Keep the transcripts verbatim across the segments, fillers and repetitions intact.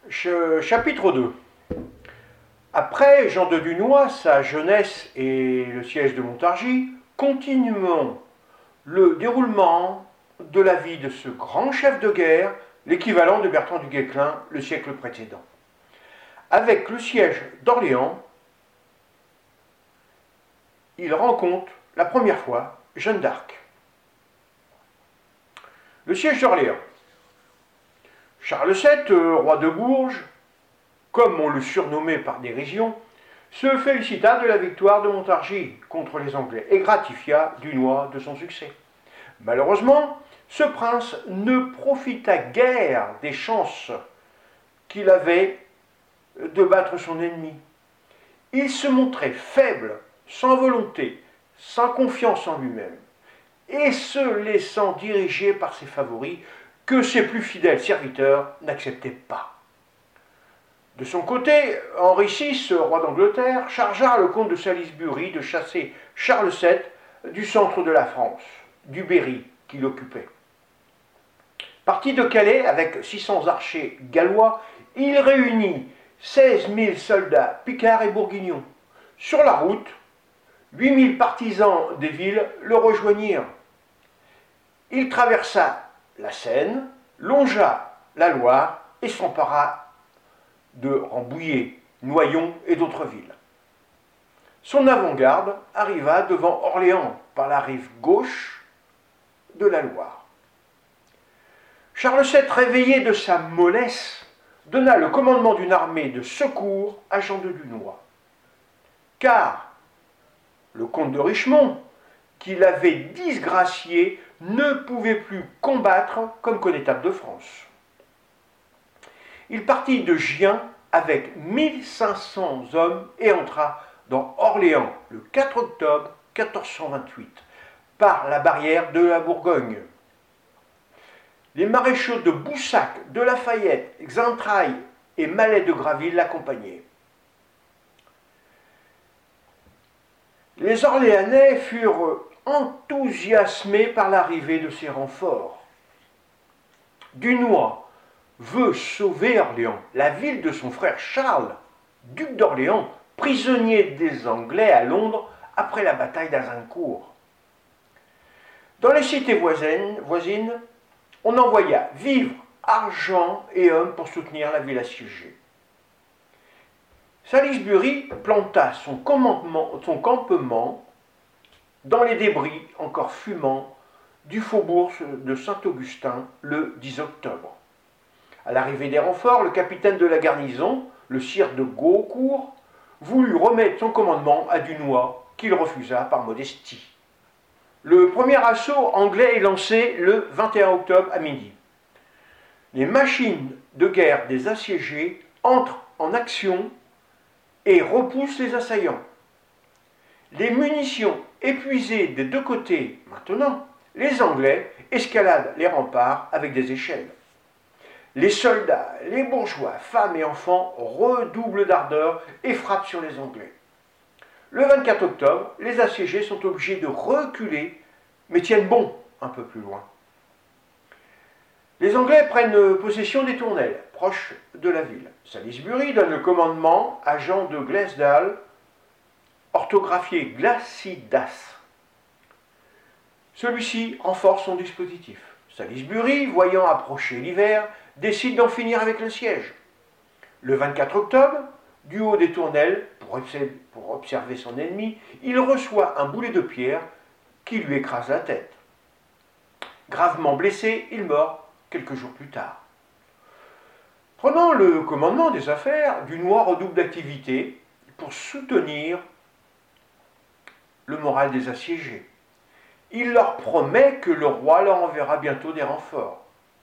Chapitre deux. Après Jean de Dunois, sa jeunesse et le siège de Montargis, continuons le déroulement de la vie de ce grand chef de guerre, l'équivalent de Bertrand du Guesclin le siècle précédent. Avec le siège d'Orléans, il rencontre la première fois Jeanne d'Arc. Le siège d'Orléans. Charles sept, roi de Bourges, comme on le surnommait par dérision, se félicita de la victoire de Montargis contre les Anglais et gratifia Dunois de son succès. Malheureusement, ce prince ne profita guère des chances qu'il avait de battre son ennemi. Il se montrait faible, sans volonté, sans confiance en lui-même, et se laissant diriger par ses favoris que ses plus fidèles serviteurs n'acceptaient pas. De son côté, Henri six, roi d'Angleterre, chargea le comte de Salisbury de chasser Charles sept du centre de la France, du Berry qu'il occupait. Parti de Calais avec six cents archers gallois, il réunit seize mille soldats picards et bourguignons. Sur la route, huit mille partisans des villes le rejoignirent. Il traversa la Seine, longea la Loire et s'empara de Rambouillet, Noyon et d'autres villes. Son avant-garde arriva devant Orléans par la rive gauche de la Loire. Charles sept, réveillé de sa mollesse, donna le commandement d'une armée de secours à Jean de Dunois. Car le comte de Richemont, qui l'avait disgracié, ne pouvait plus combattre comme connétable de France. Il partit de Gien avec mille cinq cents hommes et entra dans Orléans le quatre octobre quatorze cent vingt-huit par la barrière de la Bourgogne. Les maréchaux de Boussac, de Lafayette, Xaintrailles et Mallet de Graville l'accompagnaient. Les Orléanais furent enthousiasmés par l'arrivée de ces renforts. Dunois veut sauver Orléans, la ville de son frère Charles, duc d'Orléans, prisonnier des Anglais à Londres après la bataille d'Azincourt. Dans les cités voisines, voisines, on envoya vivres, argent et hommes pour soutenir la ville assiégée. Salisbury planta son, commandement, son campement dans les débris encore fumants du faubourg de Saint-Augustin le dix octobre. À l'arrivée des renforts, le capitaine de la garnison, le sire de Gaucourt, voulut remettre son commandement à Dunois, qu'il refusa par modestie. Le premier assaut anglais est lancé le vingt et un octobre à midi. Les machines de guerre des assiégés entrent en action et repoussent les assaillants. Les munitions épuisées des deux côtés maintenant, les Anglais escaladent les remparts avec des échelles. Les soldats, les bourgeois, femmes et enfants redoublent d'ardeur et frappent sur les Anglais. Le vingt-quatre octobre, les assiégés sont obligés de reculer, mais tiennent bon un peu plus loin. Les Anglais prennent possession des Tournelles, proches de la ville. Salisbury donne le commandement à Jean de Glesdale, orthographié Glacidas. Celui-ci renforce son dispositif. Salisbury, voyant approcher l'hiver, décide d'en finir avec le siège. Le vingt-quatre octobre, du haut des Tournelles, pour observer son ennemi, il reçoit un boulet de pierre qui lui écrase la tête. Gravement blessé, il meurt quelques jours plus tard. Prenant le commandement des affaires, Dunois redouble d'activité pour soutenir le moral des assiégés. Il leur promet que le roi leur enverra bientôt des renforts.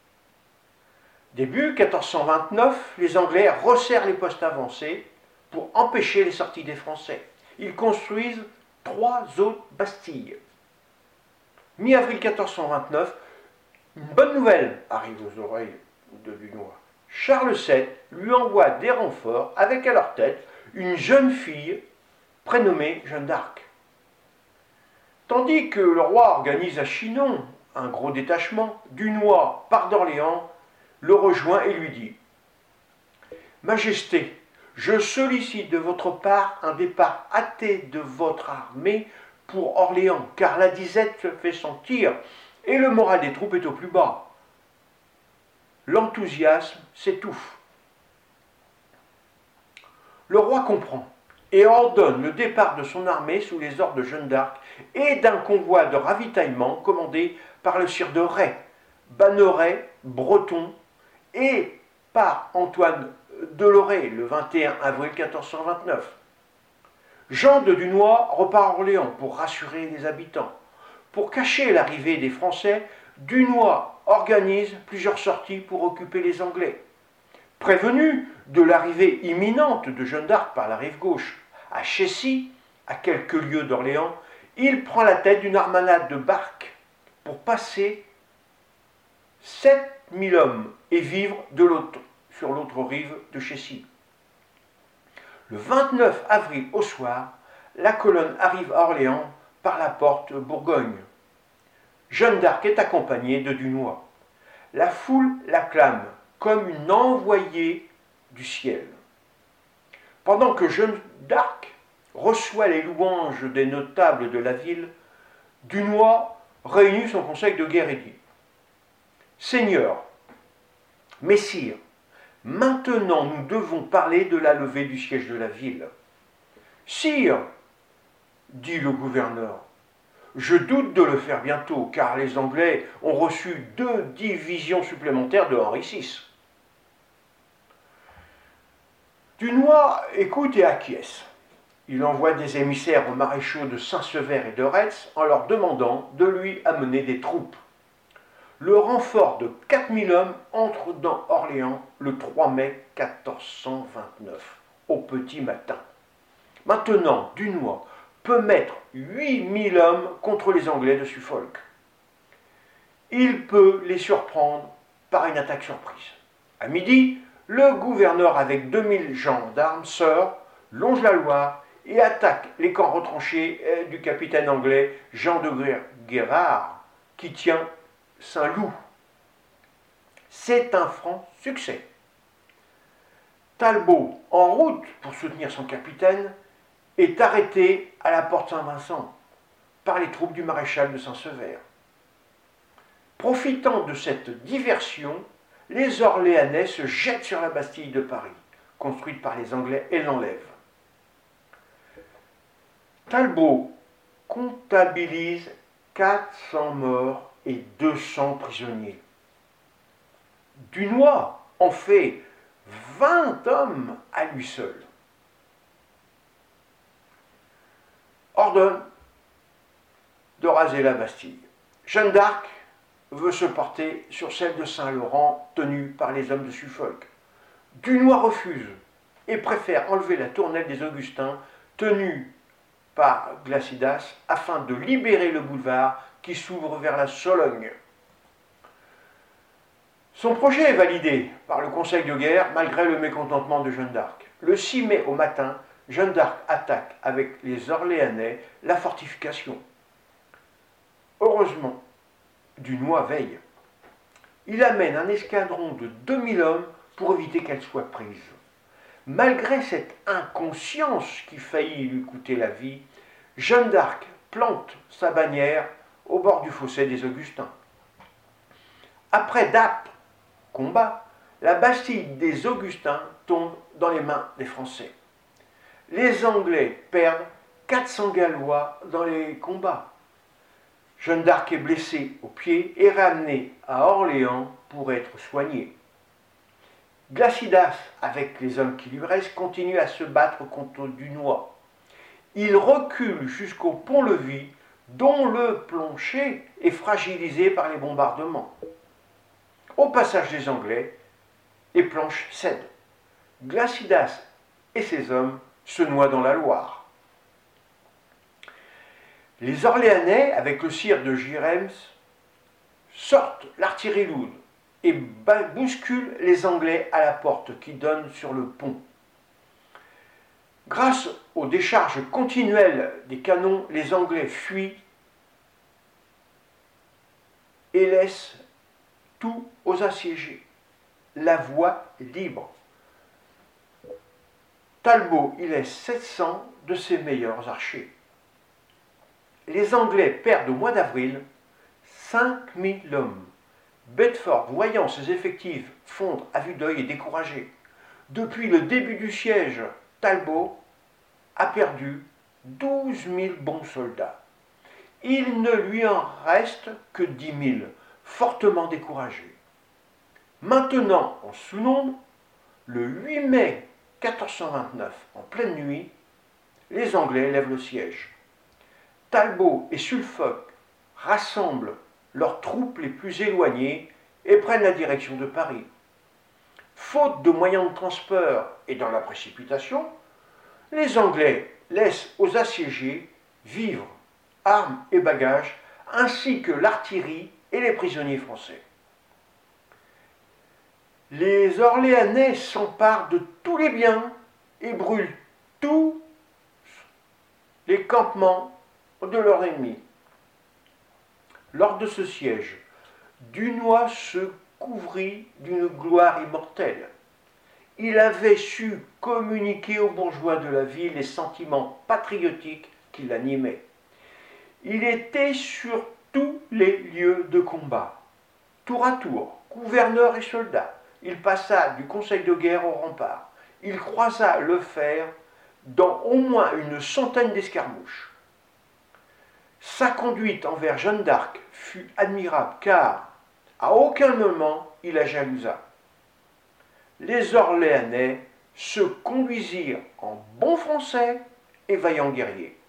Début quatorze cent vingt-neuf, les Anglais resserrent les postes avancés pour empêcher les sorties des Français. Ils construisent trois autres bastilles. Mi-avril quatorze cent vingt-neuf, une bonne nouvelle arrive aux oreilles de Dunois. Charles sept lui envoie des renforts avec à leur tête une jeune fille prénommée Jeanne d'Arc. Tandis que le roi organise à Chinon un gros détachement, Dunois part d'Orléans, le rejoint et lui dit Majesté, je sollicite de votre part un départ hâté de votre armée pour Orléans, car la disette se fait sentir et le moral des troupes est au plus bas. L'enthousiasme s'étouffe. Le roi comprend et ordonne le départ de son armée sous les ordres de Jeanne d'Arc et d'un convoi de ravitaillement commandé par le sire de Ray, Banneret, Breton, et par Antoine de Loré le vingt et un avril quatorze cent vingt-neuf. Jean de Dunois repart à Orléans pour rassurer les habitants. Pour cacher l'arrivée des Français, Dunois organise plusieurs sorties pour occuper les Anglais. Prévenu de l'arrivée imminente de Jeanne d'Arc par la rive gauche, à Chessy, à quelques lieues d'Orléans, il prend la tête d'une armada de barques pour passer sept mille hommes et vivre de l'autre, sur l'autre rive de Chessy. Le vingt-neuf avril au soir, la colonne arrive à Orléans par la porte Bourgogne. Jeanne d'Arc est accompagnée de Dunois. La foule l'acclame comme une envoyée du ciel. Pendant que Jeanne d'Arc reçoit les louanges des notables de la ville, Dunois réunit son conseil de guerre et dit : Seigneur, Messire, maintenant nous devons parler de la levée du siège de la ville. Sire, dit le gouverneur, je doute de le faire bientôt, car les Anglais ont reçu deux divisions supplémentaires de Henri six. Dunois écoute et acquiesce. Il envoie des émissaires aux maréchaux de Saint-Sever et de Retz en leur demandant de lui amener des troupes. Le renfort de quatre mille hommes entre dans Orléans le trois mai quatorze cent vingt-neuf, au petit matin. Maintenant, Dunois peut mettre huit mille hommes contre les Anglais de Suffolk. Il peut les surprendre par une attaque surprise. À midi, le gouverneur avec deux mille gendarmes sort, longe la Loire et attaque les camps retranchés du capitaine anglais Jean de Guérard, qui tient Saint-Loup. C'est un franc succès. Talbot, en route pour soutenir son capitaine, est arrêté à la porte Saint-Vincent par les troupes du maréchal de Saint-Sever. Profitant de cette diversion, les Orléanais se jettent sur la Bastille de Paris, construite par les Anglais, et l'enlèvent. Talbot comptabilise quatre cents morts et deux cents prisonniers. Dunois en fait vingt hommes à lui seul. Ordonne de raser la Bastille. Jeanne d'Arc veut se porter sur celle de Saint-Laurent tenue par les hommes de Suffolk. Dunois refuse et préfère enlever la tournelle des Augustins tenue par Glacidas afin de libérer le boulevard qui s'ouvre vers la Sologne. Son projet est validé par le Conseil de guerre malgré le mécontentement de Jeanne d'Arc. Le six mai au matin, Jeanne d'Arc attaque avec les Orléanais la fortification. Heureusement, Dunois veille. Il amène un escadron de deux mille hommes pour éviter qu'elle soit prise. Malgré cette inconscience qui faillit lui coûter la vie, Jeanne d'Arc plante sa bannière au bord du fossé des Augustins. Après d'âpres combats, la Bastille des Augustins tombe dans les mains des Français. Les Anglais perdent quatre cents Gallois dans les combats. Jeanne d'Arc est blessée au pied et ramenée à Orléans pour être soignée. Glacidas, avec les hommes qui lui restent, continue à se battre contre Dunois. Il recule jusqu'au pont-levis, dont le plancher est fragilisé par les bombardements. Au passage des Anglais, les planches cèdent. Glacidas et ses hommes se noient dans la Loire. Les Orléanais, avec le sire de Girems, sortent l'artillerie lourde et bousculent les Anglais à la porte qui donne sur le pont. Grâce aux décharges continuelles des canons, les Anglais fuient et laissent tout aux assiégés. La voie est libre. Talbot y laisse sept cents de ses meilleurs archers. Les Anglais perdent au mois d'avril cinq mille hommes. Bedford, voyant ses effectifs fondre à vue d'œil, est découragé. Depuis le début du siège, Talbot a perdu douze mille bons soldats. Il ne lui en reste que dix mille, fortement découragés. Maintenant, en sous-nombre, le huit mai mille quatre cent vingt-neuf, en pleine nuit, les Anglais lèvent le siège. Talbot et Suffolk rassemblent leurs troupes les plus éloignées et prennent la direction de Paris. Faute de moyens de transport et dans la précipitation, les Anglais laissent aux assiégés vivres, armes et bagages, ainsi que l'artillerie et les prisonniers français. Les Orléanais s'emparent de tous les biens et brûlent tous les campements de leurs ennemis. Lors de ce siège, Dunois se couvrit d'une gloire immortelle. Il avait su communiquer aux bourgeois de la ville les sentiments patriotiques qui l'animaient. Il était sur tous les lieux de combat, tour à tour, gouverneur et soldat. Il passa du conseil de guerre au rempart. Il croisa le fer dans au moins une centaine d'escarmouches. Sa conduite envers Jeanne d'Arc fut admirable car, à aucun moment, il la jalousa. Les Orléanais se conduisirent en bons Français et vaillants guerriers.